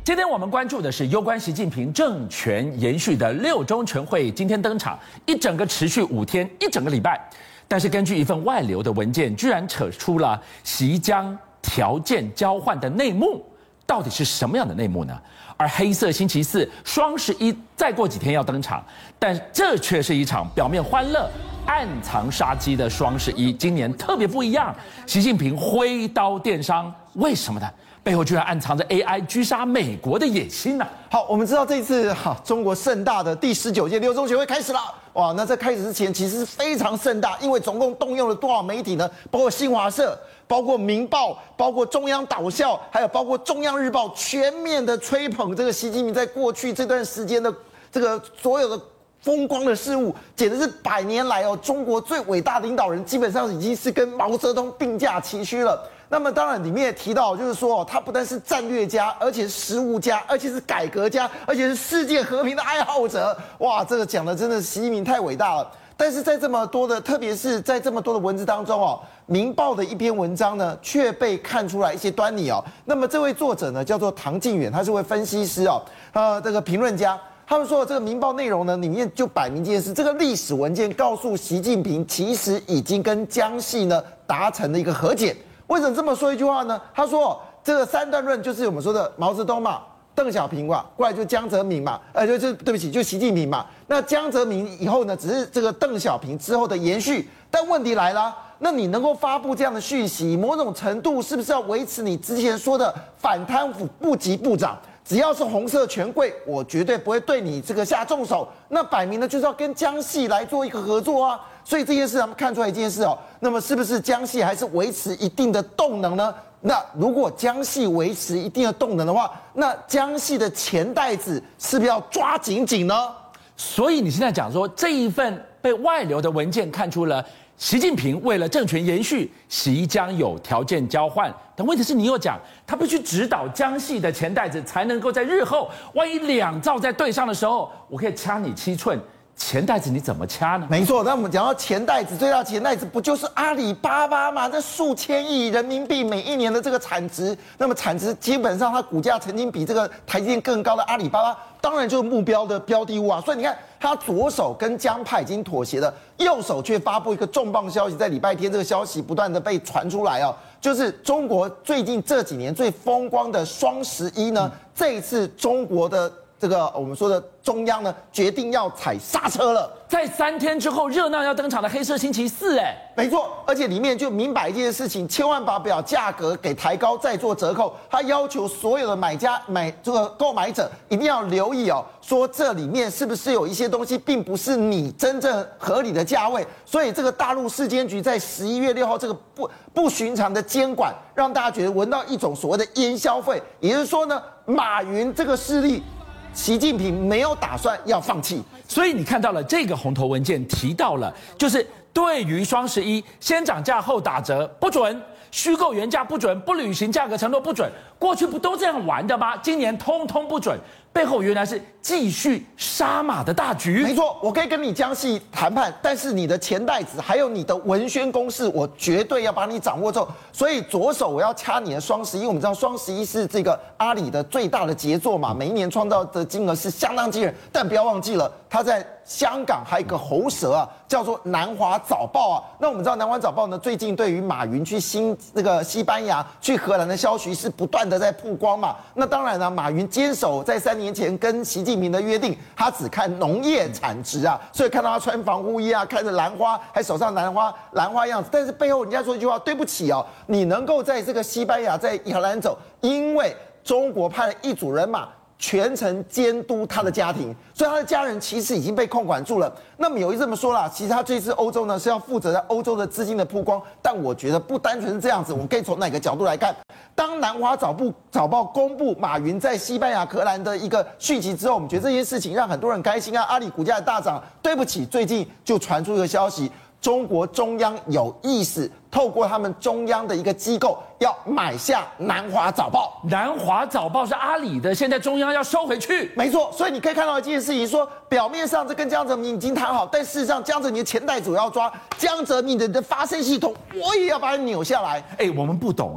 今天我们关注的是有关习近平政权延续的6中全会今天登场，一整个持续5天，一整个礼拜。但是根据一份外流的文件，居然扯出了习将条件交换的内幕，到底是什么样的内幕呢？而黑色星期四、双11再过几天要登场，但这却是一场表面欢乐、暗藏杀机的双11。今年特别不一样，习近平挥刀电商，为什么呢？背后居然暗藏着 AI 狙杀美国的野心呢？ 好，我们知道这次中国盛大的第19届6中全会开始了。哇，那在开始之前其实是非常盛大，因为总共动用了多少媒体呢？包括新华社、包括明报、包括中央导校，还有包括中央日报，全面的吹捧这个习近平在过去这段时间的这个所有的风光的事物，简直是100年来中国最伟大的领导人，基本上已经是跟毛泽东并驾齐驱了。那么当然里面也提到，就是说他不但是战略家，而且是实务家，而且是改革家，而且是世界和平的爱好者。哇，这个讲的真的习近平太伟大了。但是在这么多的，特别是在这么多的文字当中《明报》的一篇文章呢，却被看出来一些端倪。那么这位作者呢，叫做唐靖远，他是位分析师这个评论家。他们说这个《明报》内容呢，里面就摆明这件事，这个历史文件告诉习近平，其实已经跟江系呢达成了一个和解。为什么这么说一句话呢？他说这个3段论就是我们说的毛泽东嘛、邓小平嘛，过来就江泽民嘛，对不起，就习近平嘛。那江泽民以后呢，只是这个邓小平之后的延续。但问题来了，那你能够发布这样的讯息，某种程度是不是要维持你之前说的反贪腐部级部长？只要是红色权贵，我绝对不会对你这个下重手。那摆明了就是要跟江系来做一个合作啊。所以这件事咱们看出来一件事那么是不是江系还是维持一定的动能呢？那如果江系维持一定的动能的话，那江系的钱袋子是不是要抓紧紧呢？ 所以你现在讲说这一份被外流的文件看出了习近平为了政权延续，习将有条件交换。但问题是你又讲他必须指导江系的钱袋子，才能够在日后万一2兆在对上的时候，我可以掐你7寸。钱袋子你怎么掐呢？ 没错，那我们讲到钱袋子，最大的钱袋子不就是阿里巴巴吗？这数千亿人民币每一年的这个产值，那么产值基本上它股价曾经比这个台积电更高的阿里巴巴，当然就是目标的标的物啊。所以你看，他左手跟江派已经妥协了，右手却发布一个重磅消息，在礼拜天这个消息不断的被传出来就是中国最近这几年最风光的双11呢，这一次中国的这个我们说的中央呢，决定要踩刹车了。 在3天之后热闹要登场的黑色星期四， 没错，而且里面就明摆一件事情，千万把价格给抬高，再做折扣。他要求所有的购买者一定要留意说这里面是不是有一些东西，并不是你真正合理的价位。所以这个大陆市监局在11月6号这个不寻常的监管，让大家觉得闻到一种所谓的烟消费，也就是说呢，马云这个势力，习近平没有打算要放弃。 所以你看到了这个红头文件提到了，就是对于双11先涨价后打折不准，虚构原价不准，不履行价格承诺不准。过去不都这样玩的吗？今年通通不准，背后原来是继续杀马的大局。 没错，我可以跟你江系谈判，但是你的钱袋子还有你的文宣攻势，我绝对要把你掌握住。所以左手我要掐你的双11，我们知道双11是这个阿里的最大的杰作嘛，每一年创造的金额是相当惊人。但不要忘记了，它在香港还有一个喉舌叫做南华早报那我们知道南华早报呢，最近对于马云去西班牙、去荷兰的消息是不断的在曝光嘛。那当然马云坚守在3年前跟习近平的约定，他只看农业产值所以看到他穿防护衣看着兰花，还手上兰花样子。但是背后人家说一句话，对不起你能够在这个西班牙在荷兰走，因为中国派了一组人马全程监督他的家庭，所以他的家人其实已经被控管住了。那么有一这么说啦，其实他这次欧洲呢是要负责在欧洲的资金的曝光，但我觉得不单纯是这样子，我们可以从哪个角度来看？当南华早报公布马云在西班牙、荷兰的一个讯息之后，我们觉得这件事情让很多人开心阿里股价大涨。对不起，最近就传出一个消息，中国中央有意识透过他们中央的一个机构要买下南华早报。 南华早报是阿里的，现在中央要收回去。 没错，所以你可以看到一件事情，说表面上这跟江泽民已经谈好，但事实上江泽民的钱袋子我要抓，江泽民的发声系统我也要把它扭下来。 我们不懂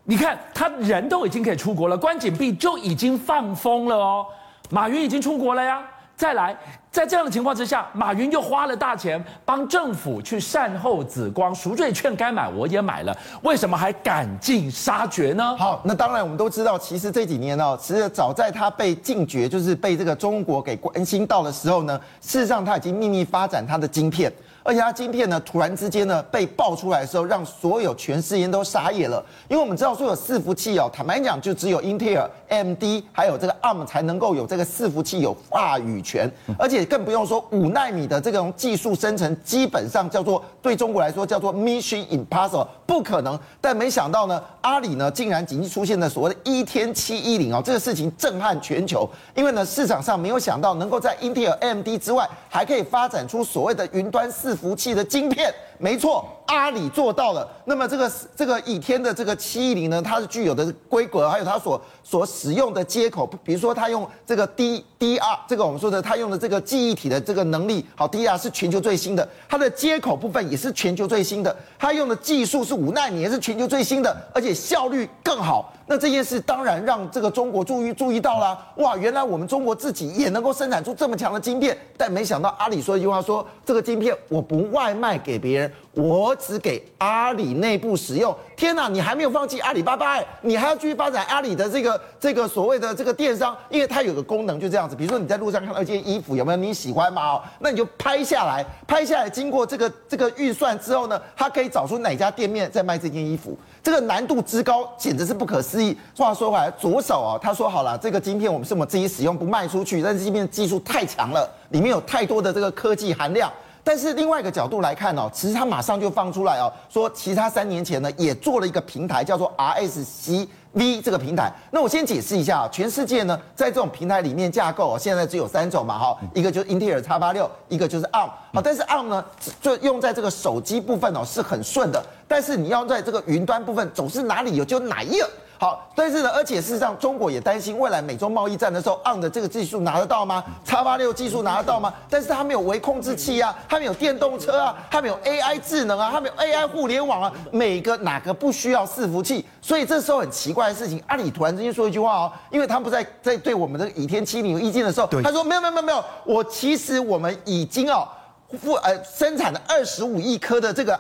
你看他人都已经可以出国了，关禁闭就已经放风了哦。马云已经出国了呀。再来，在这样的情况之下，马云又花了大钱帮政府去善后紫光赎罪券，该买我也买了，为什么还赶尽杀绝呢？ 好，那当然我们都知道，其实这几年呢，其实早在他被禁绝，就是被这个中国给关心到的时候呢，事实上他已经秘密发展他的晶片。而且它晶片呢，突然之间呢被爆出来的时候，让所有全世界都傻眼了。因为我们知道说有伺服器哦，坦白讲就只有英特尔、AMD 还有这个 ARM 才能够有这个伺服器有话语权，而且更不用说5奈米的这种技术生成，基本上叫做对中国来说叫做 Mission Impossible， 不可能。但没想到呢，阿里呢竟然已经出现了所谓的1.710哦，这个事情震撼全球。因为呢市场上没有想到能够在英特尔、AMD 之外，还可以发展出所谓的云端伺服器的晶片，没错，阿里做到了。那么这个倚天的这个710呢，它是具有的规格，还有它所使用的接口，比如说它用这个 DDR， 这个我们说的它用的这个记忆体的这个能力，好 ，DDR 是全球最新的，它的接口部分也是全球最新的，它用的技术是5奈米，也是全球最新的，而且效率更好。那这件事当然让这个中国注意到了，哇，原来我们中国自己也能够生产出这么强的晶片，但没想到阿里说一句话说，这个晶片我不外卖给别人，我只给阿里内部使用。天哪，你还没有放弃阿里巴巴，你还要继续发展阿里的这个所谓的这个电商，因为它有个功能就这样子，比如说你在路上看到一件衣服，有没有你喜欢吗？那你就拍下来，经过这个预算之后呢，它可以找出哪家店面在卖这件衣服。这个难度之高，简直是不可思议。话说回来，左手啊，他说好了，这个晶片我们是我们自己使用，不卖出去，但是晶片技术太强了，里面有太多的这个科技含量。但是另外一个角度来看哦，其实他马上就放出来哦，说其他3年前呢也做了一个平台，叫做 RSCV 这个平台。那我先解释一下，全世界呢在这种平台里面架构现在只有3种嘛哈，一个就是英特尔 X86，一个就是 ARM。好，但是 ARM 呢就用在这个手机部分哦是很顺的，但是你要在这个云端部分总是哪里有就哪一个。好，但是呢，而且事实上，中国也担心未来美中贸易战的时候，ARM 的这个技术拿得到吗？X86技术拿得到吗？但是它没有微控制器啊，它没有电动车啊，它没有 AI 智能啊，它没有 AI 互联网啊，哪个不需要伺服器？所以这时候很奇怪的事情，阿里突然之间说一句话哦，因为他不在对我们的倚天710有意见的时候，他说没有，我们已经生产了25亿颗的这个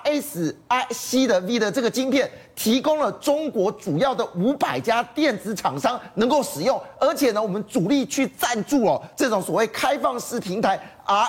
RSC 的 V 的这个晶片，提供了中国主要的500家电子厂商能够使用，而且呢，我们主力去赞助这种所谓开放式平台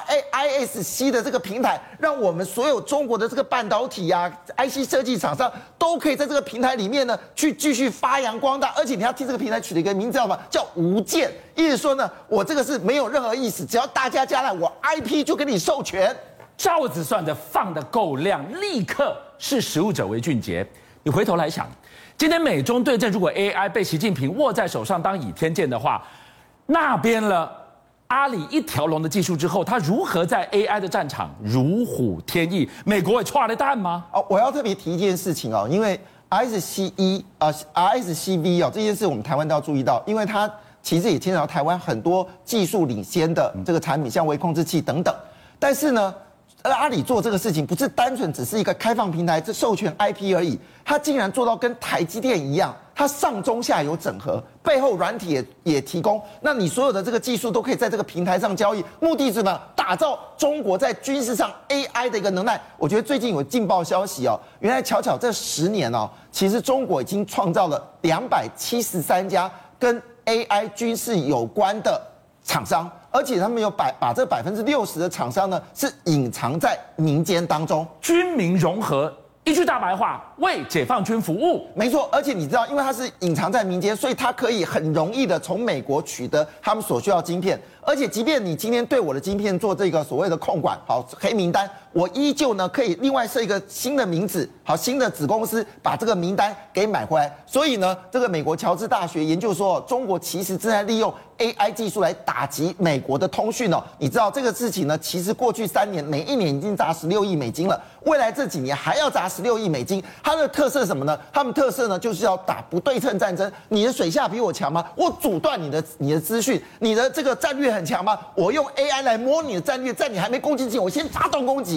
RISC 的这个平台，让我们所有中国的这个半导体啊 IC 设计厂商都可以在这个平台里面呢去继续发扬光大，而且你要替这个平台取了一个名字叫什么？叫无界，意思说呢，我这个是没有任何意思，只要大家加来，我 IP 就给你授权。 照子算的放得够亮，立刻视食物者为俊杰。你回头来想，今天美中对阵，如果 AI 被习近平握在手上当倚天剑的话，那边了阿里一条龙的技术之后，他如何在 AI 的战场如虎添翼？美国也踹了蛋吗？ 我要特别提一件事情哦，因为 RSCV 这件事我们台湾都要注意到，因为它其实也牵扯到台湾很多技术领先的这个产品，像微控制器等等。但是呢，阿里做这个事情不是单纯只是一个开放平台，这授权 IP 而已，它竟然做到跟台积电一样，它上中下游整合，背后软体也提供，那你所有的这个技术都可以在这个平台上交易，目的是什么？打造中国在军事上 AI 的一个能耐。我觉得最近有劲爆消息哦，原来巧这10年哦，其实中国已经创造了273家跟 AI 军事有关的厂商，而且他们有把这60%的厂商呢是隐藏在民间当中， 军民融合。一句大白话，为解放军服务。 没错，而且你知道，因为它是隐藏在民间，所以它可以很容易的从美国取得他们所需要的晶片。而且，即便你今天对我的晶片做这个所谓的控管，好黑名单，我依旧呢可以另外设一个新的名字，好新的子公司把这个名单给买回来。所以呢，这个美国乔治大学研究说，中国其实正在利用 AI 技术来打击美国的通讯哦。你知道这个事情呢，其实过去3年每一年已经砸16亿美金了，未来这几年还要砸16亿美金。它的特色是什么呢？他们特色呢就是要打不对称战争。你的水下比我强吗？我阻断你的资讯，你的这个战略很强吗？我用 AI 来摸你的战略，在你还没攻击前，我先发动攻击。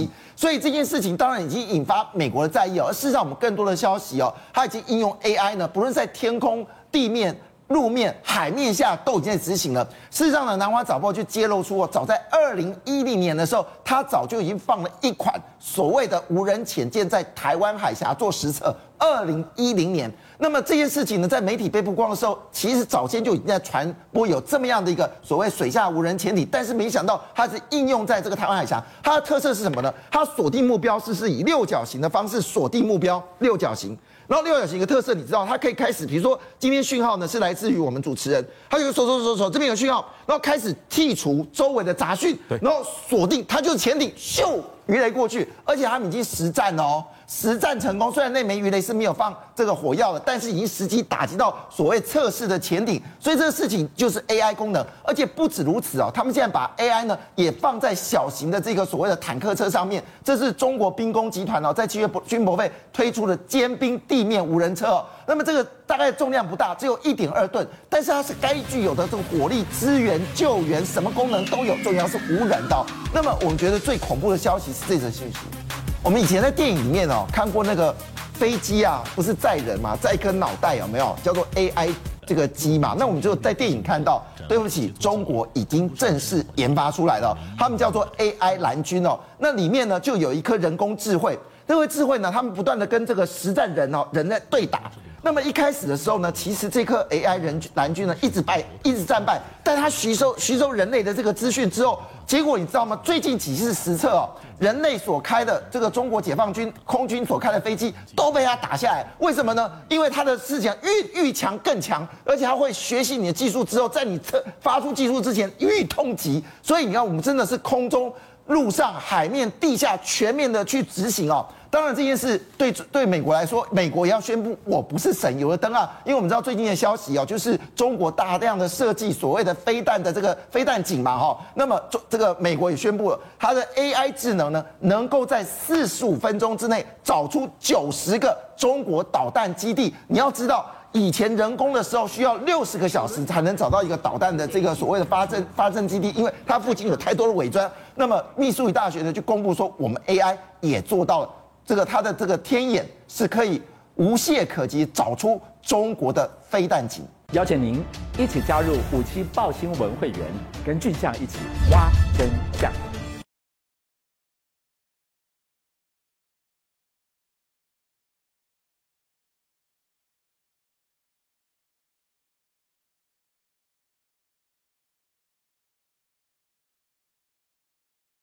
息。所以这件事情当然已经引发美国的在意哦。而事实上，我们更多的消息哦，它已经应用 AI 呢，不论在天空、地面、路面、海面下都已经在执行了。事实上呢，南华早报就揭露出哦，早在2010年的时候，它早就已经放了一款所谓的无人潜舰在台湾海峡做实测。2010年，那么这件事情呢，在媒体被曝光的时候，其实早先就已经在传播有这么样的一个所谓水下无人潜艇，但是没想到它是应用在这个台湾海峡。它的特色是什么呢？它锁定目标是以六角形的方式锁定目标，六角形。然后六角形的特色，你知道，它可以开始，比如说今天讯号呢是来自于我们主持人，他就手这边有讯号，然后开始剔除周围的杂讯，然后锁定，它就是潜艇，咻，鱼雷过去，而且他们已经实战了哦。实战成功，虽然那枚鱼雷是没有放这个火药的，但是已经实际打击到所谓测试的潜艇，所以这个事情就是 AI 功能，而且不止如此哦，他们现在把 AI 呢也放在小型的这个所谓的坦克车上面，这是中国兵工集团哦在7月军博会推出的尖兵地面无人车哦，那么这个大概重量不大，只有1.2吨，但是它是该具有的这个火力、支援、救援，什么功能都有，重要是无人的哦。那么我们觉得最恐怖的消息是这则信息。我们以前在电影里面哦看过那个飞机啊，不是载人嘛，载一颗脑袋有没有？叫做 AI 这个机嘛。那我们就在电影看到，对不起，中国已经正式研发出来了，他们叫做 AI 蓝军哦。那里面呢就有一颗人工智慧，这颗智慧呢，他们不断的跟这个实战人在对打。那么一开始的时候呢，其实这颗 AI 蓝军呢一直战败，但它吸收人类的这个资讯之后，结果你知道吗？最近几次实测哦，人类所开的这个中国解放军空军所开的飞机都被它打下来。为什么呢？因为它的事情愈强更强，而且它会学习你的技术之后，在你发出技术之前予以通缉。所以你看，我们真的是空中、陆上、海面、地下全面的去执行哦。当然这件事对美国来说，美国也要宣布我不是省油的灯啊，因为我们知道最近的消息哦，就是中国大量的设计所谓的飞弹的这个飞弹井嘛哈，那么这个美国也宣布了，它的 AI 智能呢，能够在45分钟之内找出90个中国导弹基地。你要知道，以前人工的时候需要60个小时才能找到一个导弹的这个所谓的发射基地，因为它附近有太多的伪装。那么密苏里大学呢就公布说，我们 AI 也做到了。这个它的这个天眼是可以无懈可击找出中国的飞弹井。 邀请您一起加入57爆新闻会员，跟俊相一起挖真